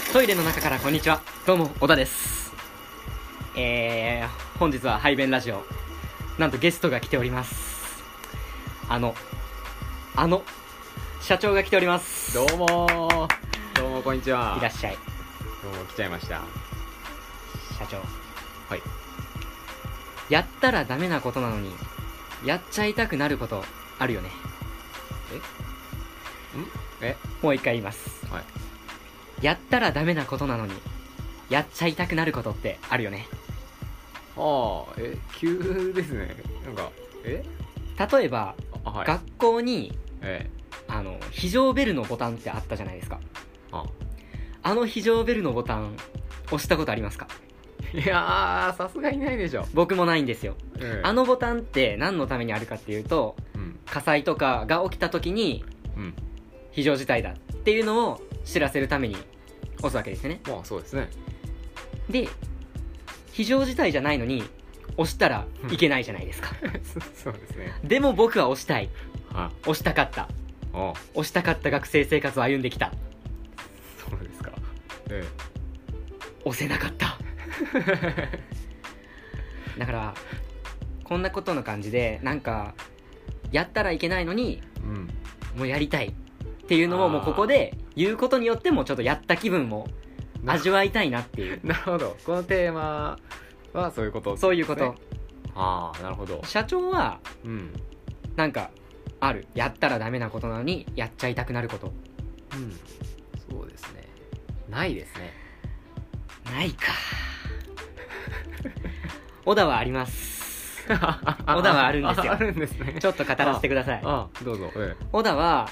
トイレの中からこんにちは。どうも小田です。本日は排便ラジオ、なんとゲストが来ております。あの社長が来ております。 どうもこんにちは。 いらっしゃい。 どうも来ちゃいました。 社長、 はい。 やったらダメなことなのにやっちゃいたくなることあるよね。もう一回言います。 はい。 やったらダメなことなのにやっちゃいたくなることってあるよね。 急ですね。なんか例えば、 はい。 学校に非常ベルのボタンってあったじゃないですか。あの非常ベルのボタン押したことありますか？ いやー、さすがにないでしょ。 僕もないんですよ。あのボタンって何のためにあるかっていうと、火災とかが起きた時に、非常事態だっていうのを知らせるために押すわけですよね。 まあそうですね。 で、非常事態じゃないのに押したらいけないじゃないですか。 そうですね。 でも僕は押したい。 押したかった学生生活を歩んできた。 そうですか。 押せなかっただからこんなことの感じで、なんかやったらいけないのに、もうやりたいっていうのをもうここで言うことによってもちょっとやった気分も味わいたいなっていう。 なるほど。このテーマはそういうことですね。 そういうこと。 なるほど。 社長はなんかある、やったらダメなことなのにやっちゃいたくなること。 そうですね。ないですね。 ないか。小田はあります。小田はあるんですよ。 あるんですね。 ちょっと語らせてください。 どうぞ。 小田は、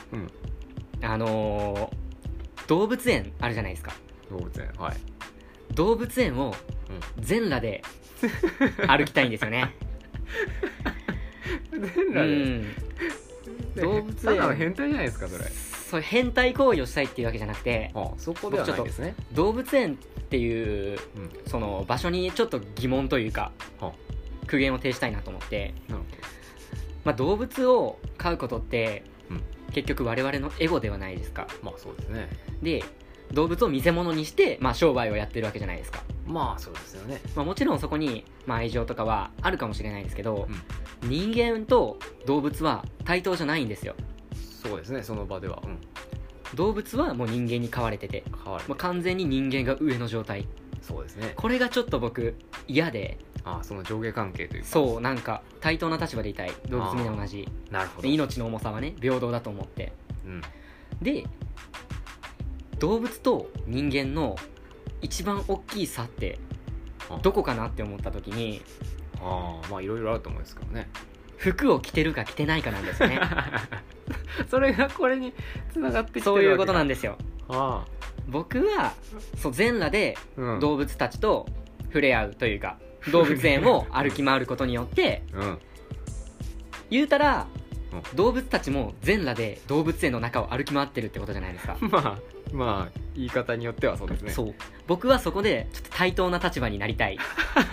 動物園あるじゃないですか。 動物園、はい。 動物園を全裸で歩きたいんですよね。 全裸で、 動物園、 ただの変態じゃないですかそれ。 そういう変態行為をしたいっていうわけじゃなくて、 そこではないですね。 動物園っていう、その場所にちょっと疑問というか、苦言を呈したいなと思って。 なるほど。 動物を飼うことって、結局我々のエゴではないですか。 まあそうですね。 で、動物を見せ物にして、商売をやってるわけじゃないですか。 まあそうですよね。 もちろんそこに、愛情とかはあるかもしれないですけど、人間と動物は対等じゃないんですよ。 そうですね、その場では。 動物はもう人間に飼われてて、完全に人間が上の状態。 そうですね。 これがちょっと僕嫌で。 その上下関係というか。 そう、なんか対等な立場でいたい。動物みんな同じ。 なるほど。 命の重さはね、平等だと思って。で、動物と人間の一番大きい差ってどこかなって思った時に、 いろいろあると思うんですけどね。 服を着てるか着てないかなんですよね。 それがこれに繋がってきてるわけだ。 そういうことなんですよ。僕は全裸で動物たちと触れ合うというか、動物園を歩き回ることによって、言うたら動物たちも全裸で動物園の中を歩き回ってるってことじゃないですか。 まあ言い方によってはそうですね。 そう、僕はそこでちょっと対等な立場になりたい。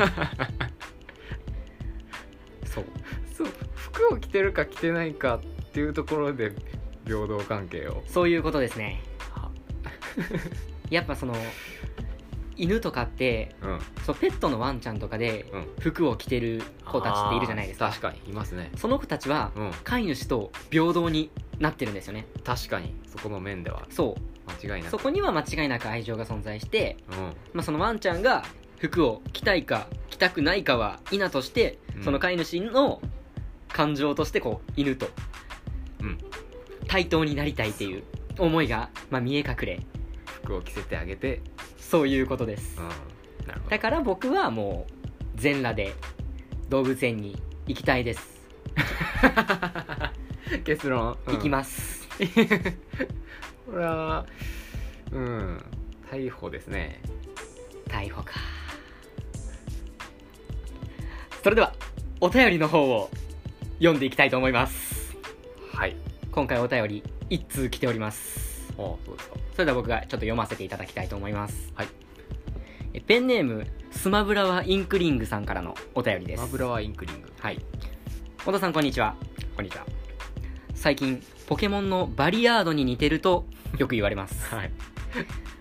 そう服を着てるか着てないかっていうところで平等関係を。そういうことですね。やっぱ犬とかって、ペットのワンちゃんとかで服を着てる子たちっているじゃないですか。 確かにいますね。 その子たちは飼い主と平等になってるんですよね。 確かにそこの面では間違いなく、 そこには間違いなく愛情が存在して、そのワンちゃんが服を着たいか着たくないかは否として、その飼い主の感情として犬と対等になりたいっていう思いが見え隠れ、 服を着せてあげて、 そういうことです。 なるほど。 だから僕はもう全裸で動物園に行きたいです。 結論、 行きます。 これは逮捕ですね。 逮捕か。それではお便りの方を読んでいきたいと思います。 はい。 今回お便り1通来ております。 そうですか。 それでは僕がちょっと読ませていただきたいと思います。 はい。 ペンネームスマブラワインクリングさんからのお便りです。 スマブラワインクリング。 はい。小田さんこんにちは。 こんにちは。 最近ポケモンのバリアードに似てるとよく言われます。 はい。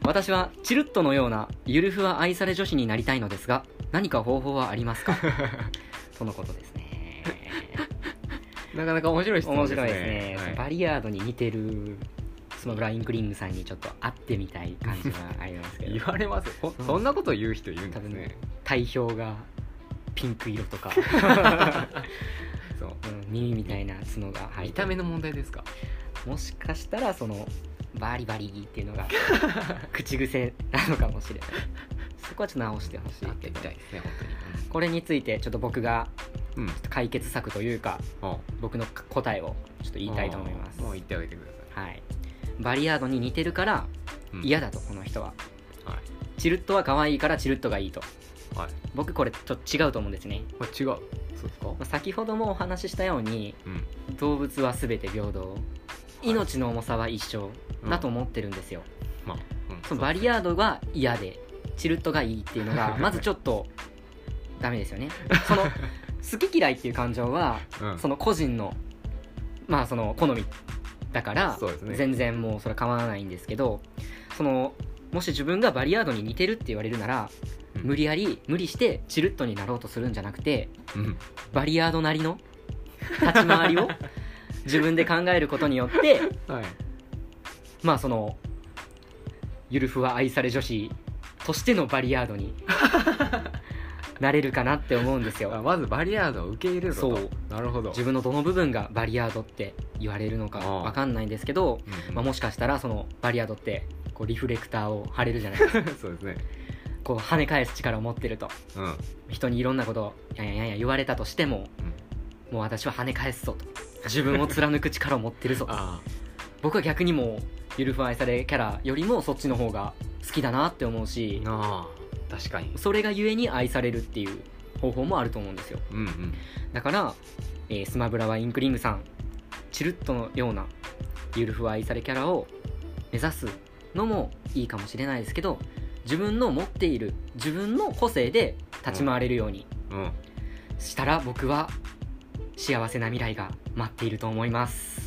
私はチルッとのようなゆるふわ愛され女子になりたいのですが、何か方法はありますかとのことですね。 なかなか面白い質問ですね。 面白いですね、 はい、 バリアードに似てるスマブラインクリングさんにちょっと会ってみたい感じはありますけど言われます。そんなこと言う人いるんですね。 体表がピンク色とかそう、耳みたいな角が入って、 見た目の問題ですか。 もしかしたらそのバリバリっていうのが口癖なのかもしれない。そこはちょっと直してほしいけど、 ですね、本当に。 これについてちょっと僕がちょっと解決策というか、僕の答えをちょっと言いたいと思います。 もう言ってあげてください。 はい、バリアードに似てるから嫌だと、この人は、チルッとは可愛いからチルッとがいいと、僕これちょっと違うと思うんですね。 これ違う。そうですか。 先ほどもお話ししたように、動物は全て平等、命の重さは一緒だと思ってるんですよ。そのバリアードが嫌でチルッとがいいっていうのがまずちょっとダメですよね。その好き嫌いっていう感情は、その個人のその好みだから、全然もうそれは構わないんですけど、そのもし自分がバリアードに似てるって言われるなら、無理してチルッとになろうとするんじゃなくて、バリアードなりの立ち回りを自分で考えることによって、そのゆるふわ愛され女子としてのバリアードになれるかなって思うんですよ。 まずバリアードを受け入れると。 そう、 なるほど。 自分のどの部分がバリアードって言われるのかわかんないんですけど、もしかしたらそのバリアードってこうリフレクターを貼れるじゃないですか。 そうですね。 こう跳ね返す力を持ってると、人にいろんなことをやん言われたとしても、もう私は跳ね返すぞと、自分を貫く力を持ってるぞと僕は逆にもうゆるふわ愛されキャラよりもそっちの方が好きだなって思うし、 確かにそれがゆえに愛されるっていう方法もあると思うんですよ。だから、スマブラはインクリングさん、チルッとのようなゆるふわ愛されキャラを目指すのもいいかもしれないですけど、自分の持っている自分の個性で立ち回れるようにしたら、僕は幸せな未来が待っていると思います。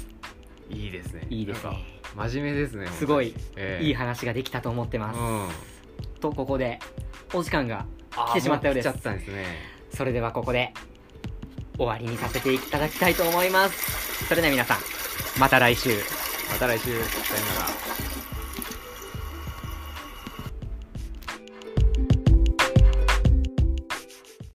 いいですね。 いいですね。 真面目ですね。 すごい、いい話ができたと思ってます、とここでお時間が来てしまったようです。 来ちゃったんですね。 それではここで終わりにさせていただきたいと思います。それでは皆さん、また来週。 さよなら。